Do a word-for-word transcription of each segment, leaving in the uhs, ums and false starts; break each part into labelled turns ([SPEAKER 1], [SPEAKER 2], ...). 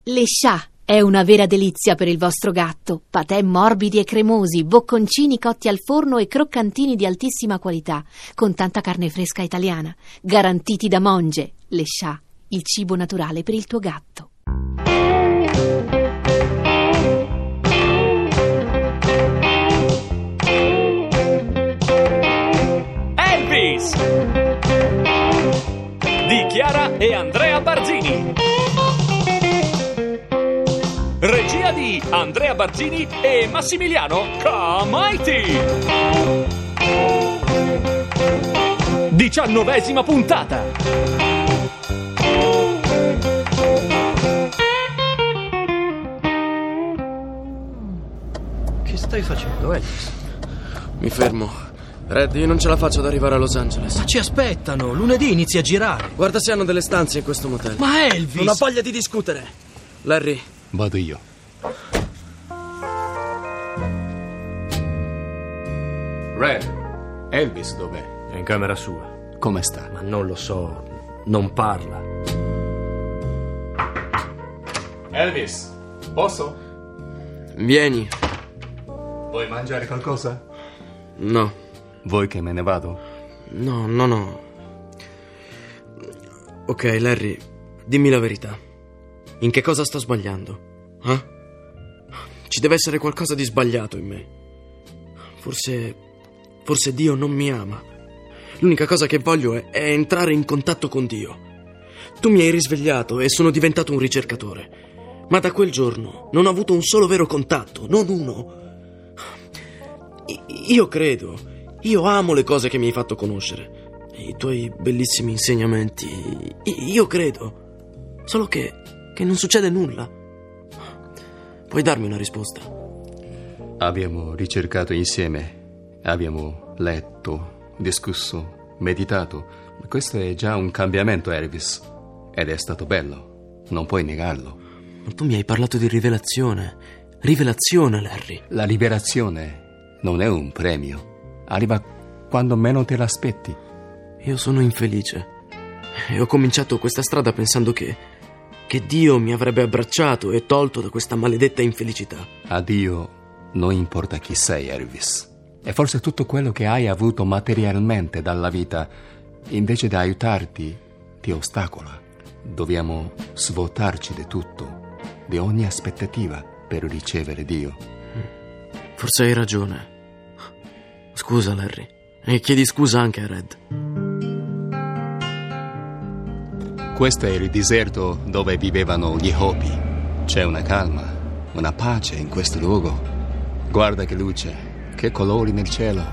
[SPEAKER 1] Le Chat è una vera delizia per il vostro gatto. Patè morbidi e cremosi, bocconcini cotti al forno e croccantini di altissima qualità, con tanta carne fresca italiana, garantiti da Monge. Le Chat, il cibo naturale per il tuo gatto.
[SPEAKER 2] Elvis di Chiara e Andrea Barzini. Regia di Andrea Barzini e Massimiliano Comaiti. Diciannovesima puntata.
[SPEAKER 3] Che stai facendo, Elvis?
[SPEAKER 4] Mi fermo. Red, io non ce la faccio ad arrivare a Los Angeles.
[SPEAKER 3] Ma ci aspettano, lunedì inizia a girare.
[SPEAKER 4] Guarda se hanno delle stanze in questo motel.
[SPEAKER 3] Ma Elvis!
[SPEAKER 4] Non ho voglia di discutere. Larry,
[SPEAKER 5] vado io. Red, Elvis dov'è?
[SPEAKER 3] È in camera sua.
[SPEAKER 5] Come sta?
[SPEAKER 3] Ma non lo so, non parla.
[SPEAKER 5] Elvis, posso?
[SPEAKER 4] vieni.
[SPEAKER 5] Vuoi mangiare qualcosa?
[SPEAKER 4] No.
[SPEAKER 5] Vuoi che me ne vado?
[SPEAKER 4] No, no, no. Ok, Larry, dimmi la verità. In che cosa sto sbagliando? Eh? Ci deve essere qualcosa di sbagliato in me. Forse... Forse Dio non mi ama. L'unica cosa che voglio è, è entrare in contatto con Dio. Tu mi hai risvegliato e sono diventato un ricercatore. Ma da quel giorno non ho avuto un solo vero contatto, non uno. I- io credo, io amo le cose che mi hai fatto conoscere. I tuoi bellissimi insegnamenti. I- io credo. Solo che, che non succede nulla. Puoi darmi una risposta?
[SPEAKER 5] Abbiamo ricercato insieme. Abbiamo letto, discusso, meditato. Questo è già un cambiamento, Elvis. Ed è stato bello. Non puoi negarlo.
[SPEAKER 4] Ma tu mi hai parlato di rivelazione. Rivelazione, Larry.
[SPEAKER 5] La liberazione non è un premio. Arriva quando meno te l'aspetti.
[SPEAKER 4] Io sono infelice. E ho cominciato questa strada pensando che... che Dio mi avrebbe abbracciato e tolto da questa maledetta infelicità.
[SPEAKER 5] A Dio non importa chi sei, Elvis. E forse tutto quello che hai avuto materialmente dalla vita, invece di aiutarti, ti ostacola. Dobbiamo svuotarci di tutto, di ogni aspettativa per ricevere Dio.
[SPEAKER 4] Forse hai ragione. Scusa, Larry. E chiedi scusa anche a Red.
[SPEAKER 5] Questo è il deserto dove vivevano gli Hopi. C'è una calma, una pace in questo luogo. Guarda che luce. Che colori nel cielo.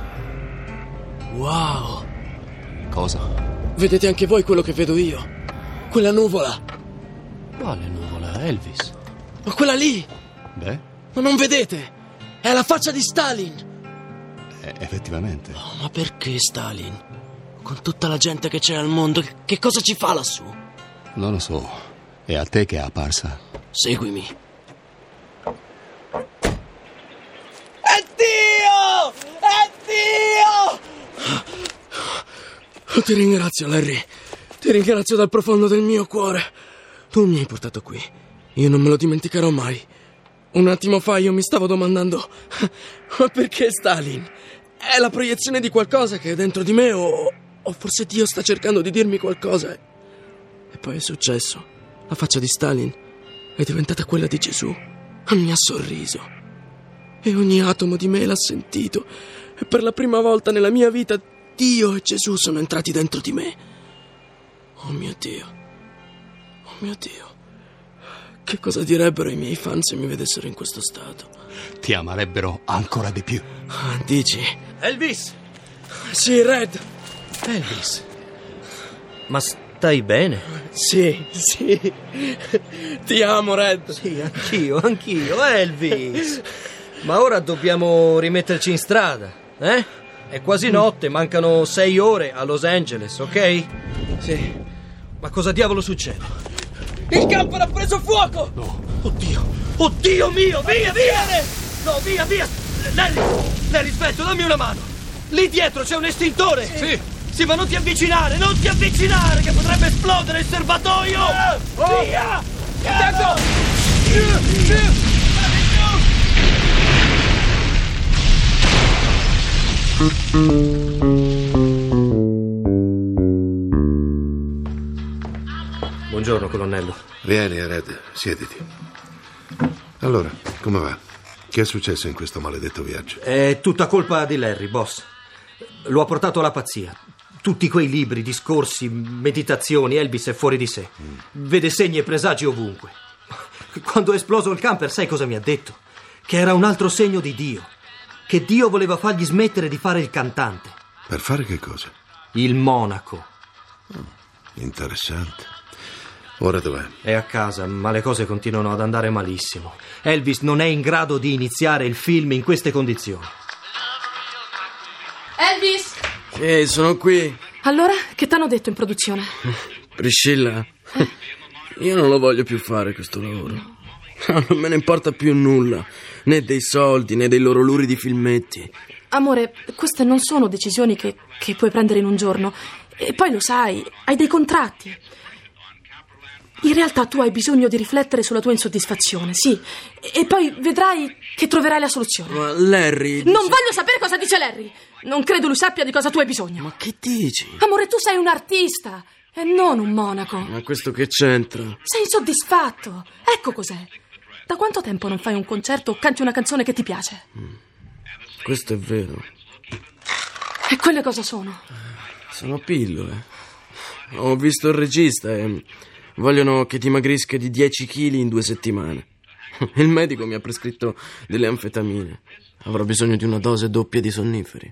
[SPEAKER 4] Wow!
[SPEAKER 5] Cosa?
[SPEAKER 4] Vedete anche voi quello che vedo io? Quella nuvola!
[SPEAKER 3] Quale nuvola, Elvis?
[SPEAKER 4] Ma quella lì!
[SPEAKER 5] Beh?
[SPEAKER 4] Ma non vedete? È la faccia di Stalin!
[SPEAKER 5] Eh, effettivamente.
[SPEAKER 4] Oh, ma perché Stalin? Con tutta la gente che c'è al mondo, che, che cosa ci fa lassù?
[SPEAKER 5] Non lo so. È a te che è apparsa.
[SPEAKER 4] Seguimi. È Dio! È Dio! Oh, ti ringrazio, Larry. Ti ringrazio dal profondo del mio cuore. Tu mi hai portato qui. Io non me lo dimenticherò mai. Un attimo fa io mi stavo domandando: ma perché Stalin? È la proiezione di qualcosa che è dentro di me o, o forse Dio sta cercando di dirmi qualcosa? E poi è successo. La faccia di Stalin è diventata quella di Gesù. Mi ha sorriso. E ogni atomo di me l'ha sentito. E per la prima volta nella mia vita Dio e Gesù sono entrati dentro di me. Oh mio Dio. Oh mio Dio. Che cosa direbbero i miei fan se mi vedessero in questo stato?
[SPEAKER 5] Ti amerebbero ancora di più.
[SPEAKER 4] Ah, dici?
[SPEAKER 3] Elvis!
[SPEAKER 4] Sì, Red.
[SPEAKER 3] Elvis! Ma stai bene?
[SPEAKER 4] Sì, sì. Ti amo, Red.
[SPEAKER 3] Sì, anch'io, anch'io, Elvis! Ma ora dobbiamo rimetterci in strada, eh? È quasi notte, mancano sei ore a Los Angeles, ok?
[SPEAKER 4] Sì.
[SPEAKER 3] Ma cosa diavolo succede?
[SPEAKER 4] Il campo era preso fuoco!
[SPEAKER 3] No. Oddio! Oddio mio! Via, via! No, via, via! Larry! Larry, aspetta, dammi una mano! Lì dietro c'è un estintore!
[SPEAKER 5] Sì!
[SPEAKER 3] Sì, ma non ti avvicinare, non ti avvicinare, che potrebbe esplodere il serbatoio!
[SPEAKER 4] Oh.
[SPEAKER 3] Via!
[SPEAKER 4] Attacco!
[SPEAKER 3] Buongiorno, colonnello.
[SPEAKER 6] Vieni, Red, siediti. Allora, come va? Che è successo in questo maledetto viaggio?
[SPEAKER 3] È tutta colpa di Larry, boss. Lo ha portato alla pazzia. Tutti quei libri, discorsi, meditazioni, Elvis è fuori di sé. Mm. Vede segni e presagi ovunque. Quando è esploso il camper, sai cosa mi ha detto? Che era un altro segno di Dio. Che Dio voleva fargli smettere di fare il cantante.
[SPEAKER 6] Per fare che cosa?
[SPEAKER 3] Il monaco.
[SPEAKER 6] Oh, interessante. Ora dov'è?
[SPEAKER 3] È a casa, ma le cose continuano ad andare malissimo. Elvis non è in grado di iniziare il film in queste condizioni.
[SPEAKER 7] Elvis!
[SPEAKER 4] Sì, sono qui.
[SPEAKER 7] Allora, che t'hanno detto in produzione?
[SPEAKER 4] Priscilla, io non lo voglio più fare questo lavoro. Non me ne importa più nulla, né dei soldi, né dei loro luridi filmetti.
[SPEAKER 7] Amore, queste non sono decisioni che, che puoi prendere in un giorno. E poi lo sai, hai dei contratti. In realtà tu hai bisogno di riflettere sulla tua insoddisfazione, sì. E poi vedrai che troverai la soluzione.
[SPEAKER 4] Ma Larry...
[SPEAKER 7] Non dice... voglio sapere cosa dice Larry. Non credo lui sappia di cosa tu hai bisogno.
[SPEAKER 4] Ma che dici?
[SPEAKER 7] Amore, tu sei un artista e non un monaco.
[SPEAKER 4] Ma questo che c'entra?
[SPEAKER 7] Sei insoddisfatto. Ecco cos'è. Da quanto tempo non fai un concerto o canti una canzone che ti piace?
[SPEAKER 4] Mm. Questo è vero.
[SPEAKER 7] E quelle cosa sono?
[SPEAKER 4] Sono pillole. Ho visto il regista e... vogliono che dimagrisca di dieci chili in due settimane. Il medico mi ha prescritto delle anfetamine. Avrò bisogno di una dose doppia di sonniferi.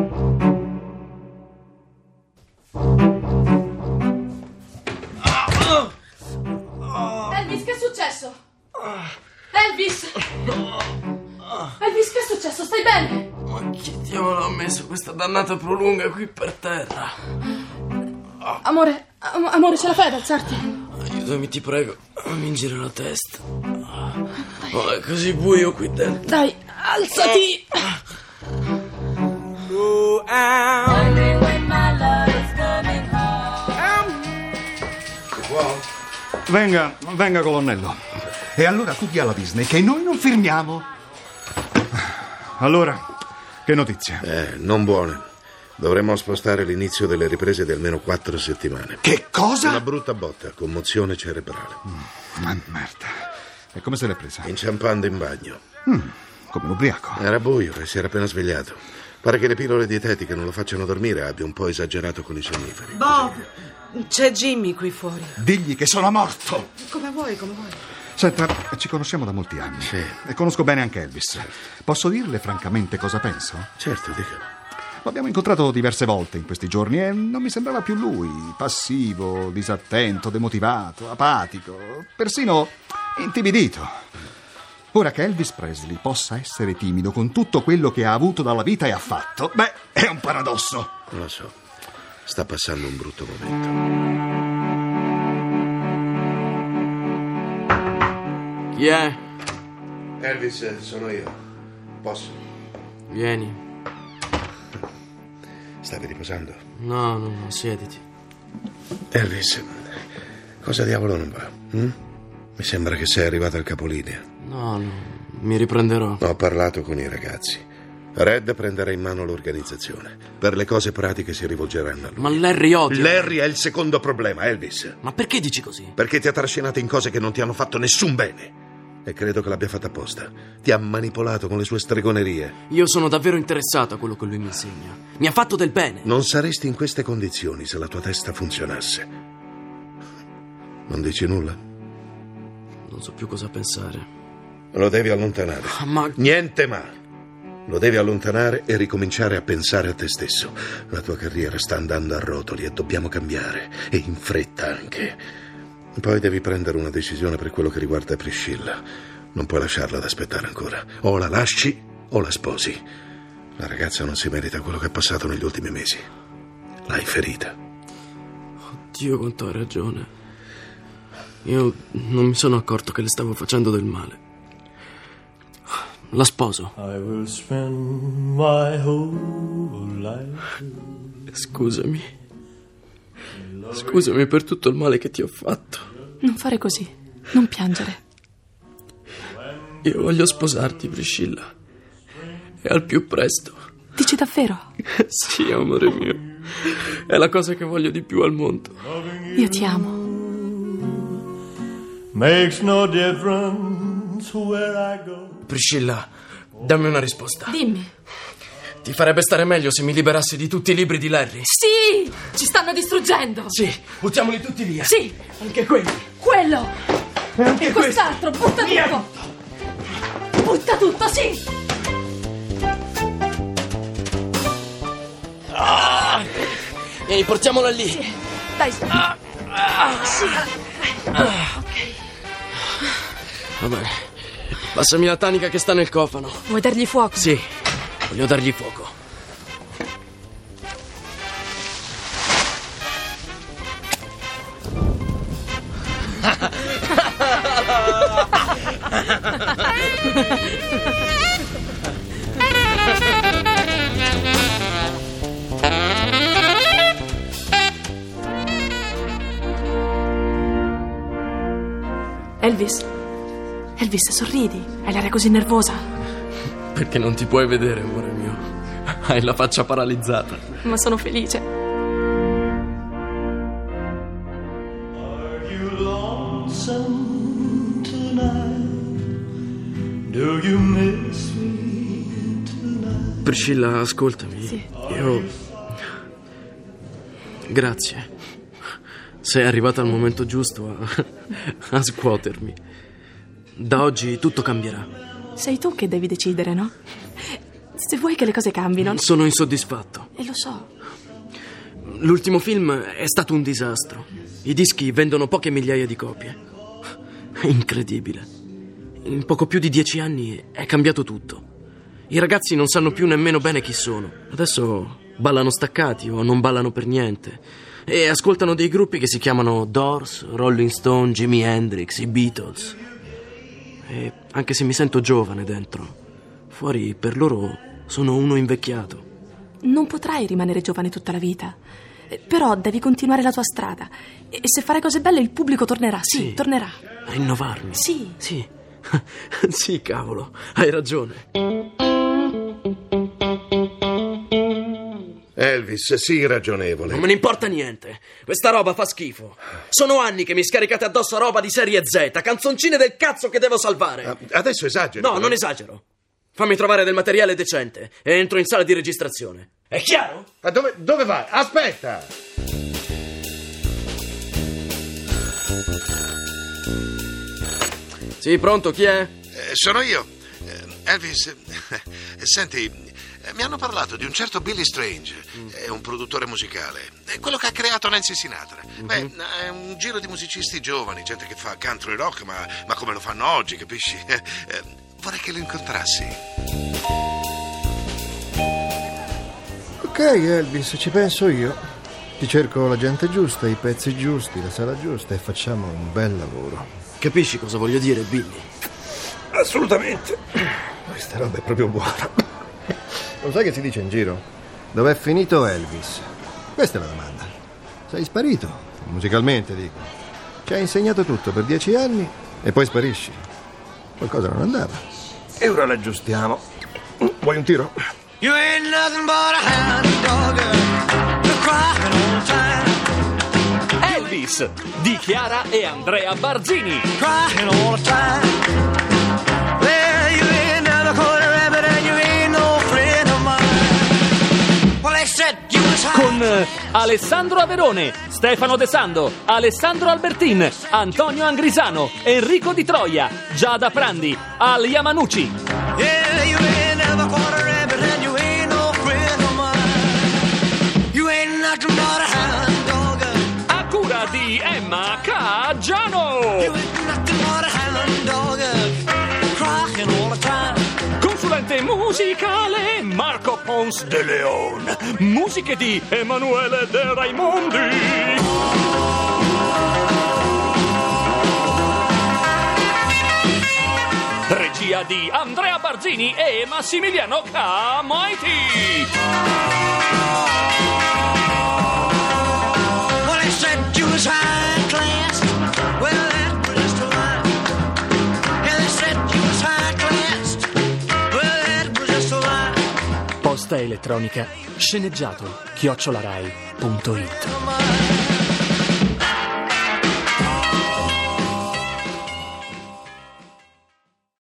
[SPEAKER 7] Elvis, che è successo? Elvis! Elvis, che è successo? Stai bene?
[SPEAKER 4] Ma chi diavolo ha messo questa dannata prolunga qui per terra?
[SPEAKER 7] Amore, am- amore, ce la fai ad alzarti?
[SPEAKER 4] Aiutami, ti prego, mi gira la testa. Oh, è così buio qui dentro.
[SPEAKER 7] Dai, alzati!
[SPEAKER 8] Venga, venga, colonnello. E allora tu di alla Disney che noi non firmiamo. Allora, che notizie?
[SPEAKER 6] Eh, non buone. Dovremmo spostare l'inizio delle riprese di almeno quattro settimane.
[SPEAKER 8] Che cosa?
[SPEAKER 6] Una brutta botta, commozione cerebrale.
[SPEAKER 8] Mm, ma merda. E come se l'è presa?
[SPEAKER 6] Inciampando in bagno.
[SPEAKER 8] Mm, come un ubriaco.
[SPEAKER 6] Era buio e si era appena svegliato. Pare che le pillole dietetiche non lo facciano dormire, abbia un po' esagerato con i sonniferi.
[SPEAKER 9] Bob, c'è Jimmy qui fuori.
[SPEAKER 8] Digli che sono morto.
[SPEAKER 9] Come vuoi, come vuoi.
[SPEAKER 8] Senta, ci conosciamo da molti anni.
[SPEAKER 6] Sì.
[SPEAKER 8] E conosco bene anche Elvis. Posso dirle francamente cosa penso?
[SPEAKER 6] Certo, dica.
[SPEAKER 8] L'abbiamo incontrato diverse volte in questi giorni e non mi sembrava più lui, passivo, disattento, demotivato, apatico, persino intimidito. Ora che Elvis Presley possa essere timido con tutto quello che ha avuto dalla vita e ha fatto, beh, è un paradosso.
[SPEAKER 6] Lo so, sta passando un brutto momento.
[SPEAKER 4] Chi è?
[SPEAKER 6] Elvis, sono io. Posso?
[SPEAKER 4] Vieni.
[SPEAKER 6] Stavi riposando?
[SPEAKER 4] No, no, no, siediti.
[SPEAKER 6] Elvis, cosa diavolo non va? Hm? Mi sembra che sei arrivato al capolinea.
[SPEAKER 4] No, no, mi riprenderò.
[SPEAKER 6] Ho parlato con i ragazzi. Red prenderà in mano l'organizzazione. Per le cose pratiche si rivolgeranno a lui.
[SPEAKER 4] Ma Larry odia.
[SPEAKER 6] Larry è il secondo problema, Elvis.
[SPEAKER 4] Ma perché dici così?
[SPEAKER 6] Perché ti ha trascinato in cose che non ti hanno fatto nessun bene. E credo che l'abbia fatta apposta. Ti ha manipolato con le sue stregonerie.
[SPEAKER 4] Io sono davvero interessato a quello che lui mi insegna. Mi ha fatto del bene.
[SPEAKER 6] Non saresti in queste condizioni se la tua testa funzionasse. Non dici nulla?
[SPEAKER 4] Non so più cosa pensare.
[SPEAKER 6] Lo devi allontanare.
[SPEAKER 4] Ma...
[SPEAKER 6] Niente ma. Lo devi allontanare e ricominciare a pensare a te stesso. La tua carriera sta andando a rotoli e dobbiamo cambiare. E in fretta anche. Poi devi prendere una decisione per quello che riguarda Priscilla. Non puoi lasciarla ad aspettare ancora. O la lasci o la sposi. La ragazza non si merita quello che ha passato negli ultimi mesi. L'hai ferita.
[SPEAKER 4] Oddio, quanto hai ragione. Io non mi sono accorto che le stavo facendo del male. La sposo.
[SPEAKER 10] I will spend my whole life.
[SPEAKER 4] Scusami. Scusami per tutto il male che ti ho fatto.
[SPEAKER 7] Non fare così, non piangere.
[SPEAKER 4] Io voglio sposarti, Priscilla. E al più presto.
[SPEAKER 7] Dici davvero?
[SPEAKER 4] Sì, amore mio. È la cosa che voglio di più al mondo.
[SPEAKER 7] Io ti amo.
[SPEAKER 10] Makes no difference where I go.
[SPEAKER 4] Priscilla, dammi una risposta.
[SPEAKER 7] Dimmi.
[SPEAKER 4] Ti farebbe stare meglio se mi liberassi di tutti i libri di Larry?
[SPEAKER 7] Sì! Ci stanno distruggendo!
[SPEAKER 4] Sì, buttiamoli tutti via.
[SPEAKER 7] Sì!
[SPEAKER 4] Anche quelli.
[SPEAKER 7] Quello!
[SPEAKER 4] E anche
[SPEAKER 7] e quest'altro, butta
[SPEAKER 4] via.
[SPEAKER 7] tutto! Butta tutto, sì!
[SPEAKER 4] Ah! Ehi, portiamola lì.
[SPEAKER 7] Sì. Dai,
[SPEAKER 4] ah. Ah.
[SPEAKER 7] Sì.
[SPEAKER 4] Ah.
[SPEAKER 7] Ok.
[SPEAKER 4] Va bene. Passami la tanica che sta nel cofano.
[SPEAKER 7] Vuoi dargli fuoco?
[SPEAKER 4] Sì, voglio dargli fuoco.
[SPEAKER 7] Elvis? Elvis, sorridi. Hai l'aria così nervosa.
[SPEAKER 4] Perché non ti puoi vedere, amore mio. Hai la faccia paralizzata.
[SPEAKER 7] Ma sono felice.
[SPEAKER 10] Are you lonesome tonight? Do you miss me tonight?
[SPEAKER 4] Priscilla, ascoltami.
[SPEAKER 7] Sì.
[SPEAKER 4] Io... Grazie. Sei arrivata al momento giusto a... a scuotermi. Da oggi tutto cambierà.
[SPEAKER 7] Sei tu che devi decidere, no? Se vuoi che le cose cambino.
[SPEAKER 4] Sono insoddisfatto.
[SPEAKER 7] E lo so.
[SPEAKER 4] L'ultimo film è stato un disastro. I dischi vendono poche migliaia di copie. È incredibile. In poco più di dieci anni è cambiato tutto. I ragazzi non sanno più nemmeno bene chi sono. Adesso ballano staccati o non ballano per niente. E ascoltano dei gruppi che si chiamano Doors, Rolling Stone, Jimi Hendrix, i Beatles. E anche se mi sento giovane dentro, fuori per loro sono uno invecchiato.
[SPEAKER 7] Non potrai rimanere giovane tutta la vita. Eh, Però devi continuare la tua strada. E e se fare cose belle il pubblico tornerà. Sì,
[SPEAKER 4] Sì.
[SPEAKER 7] tornerà.
[SPEAKER 4] Rinnovarmi.
[SPEAKER 7] Sì.
[SPEAKER 4] Sì. Sì, cavolo, hai ragione.
[SPEAKER 6] Elvis, sii ragionevole.
[SPEAKER 4] Non me ne importa niente. Questa roba fa schifo. Sono anni che mi scaricate addosso roba di serie Z, canzoncine del cazzo che devo salvare.
[SPEAKER 6] Ah, Adesso esageri.
[SPEAKER 4] No, non esagero. Fammi trovare del materiale decente e entro in sala di registrazione. È chiaro?
[SPEAKER 6] Ma dove, dove vai? Aspetta!
[SPEAKER 4] Sì, pronto, chi è?
[SPEAKER 6] Eh, sono io. Eh, Elvis, eh, senti, eh, mi hanno parlato di un certo Billy Strange, è un produttore musicale, è quello che ha creato Nancy Sinatra. Beh, è un giro di musicisti giovani, gente che fa country rock, ma, ma come lo fanno oggi, capisci? Eh, eh, vorrei che lo incontrassi.
[SPEAKER 11] Ok, Elvis, ci penso io. Ti cerco la gente giusta, i pezzi giusti, la sala giusta e facciamo un bel lavoro.
[SPEAKER 4] Capisci cosa voglio dire, Billy?
[SPEAKER 11] Assolutamente. Questa roba è proprio buona. Lo sai che si dice in giro? Dov'è finito Elvis? Questa è la domanda. Sei sparito, musicalmente dico. Ci hai insegnato tutto per dieci anni e poi sparisci. Qualcosa non andava. E ora l'aggiustiamo. Vuoi un tiro?
[SPEAKER 10] You ain't nothing but a hound dog, you're crying all the time.
[SPEAKER 2] Elvis di Chiara e Andrea Barzini.
[SPEAKER 10] Crying all the time. Well, you ain't never caught a rabbit and you ain't no friend of mine. Well, they said you was high.
[SPEAKER 2] Con eh, Alessandro Averone, Stefano De Sando, Alessandro Albertin, Antonio Angrisano, Enrico Di Troia, Giada Prandi, Al Yamanucci.
[SPEAKER 10] Yeah, you ain't never caught a rabbit and you ain't no friend of mine. You ain't nothing but a hound dog.
[SPEAKER 2] A cura di Emma Caggiano.
[SPEAKER 10] You ain't nothing but a hound dog, crying all the time.
[SPEAKER 2] Consulente musicale Marco Pons de Leon. Musiche di Emanuele De Raimondi. Regia di Andrea Barzini e Massimiliano Camaiti.
[SPEAKER 10] Well, they said you was high class. Well, that was the line. Yeah, they said you was high
[SPEAKER 2] posta elettronica sceneggiato chiocciola rai punto it.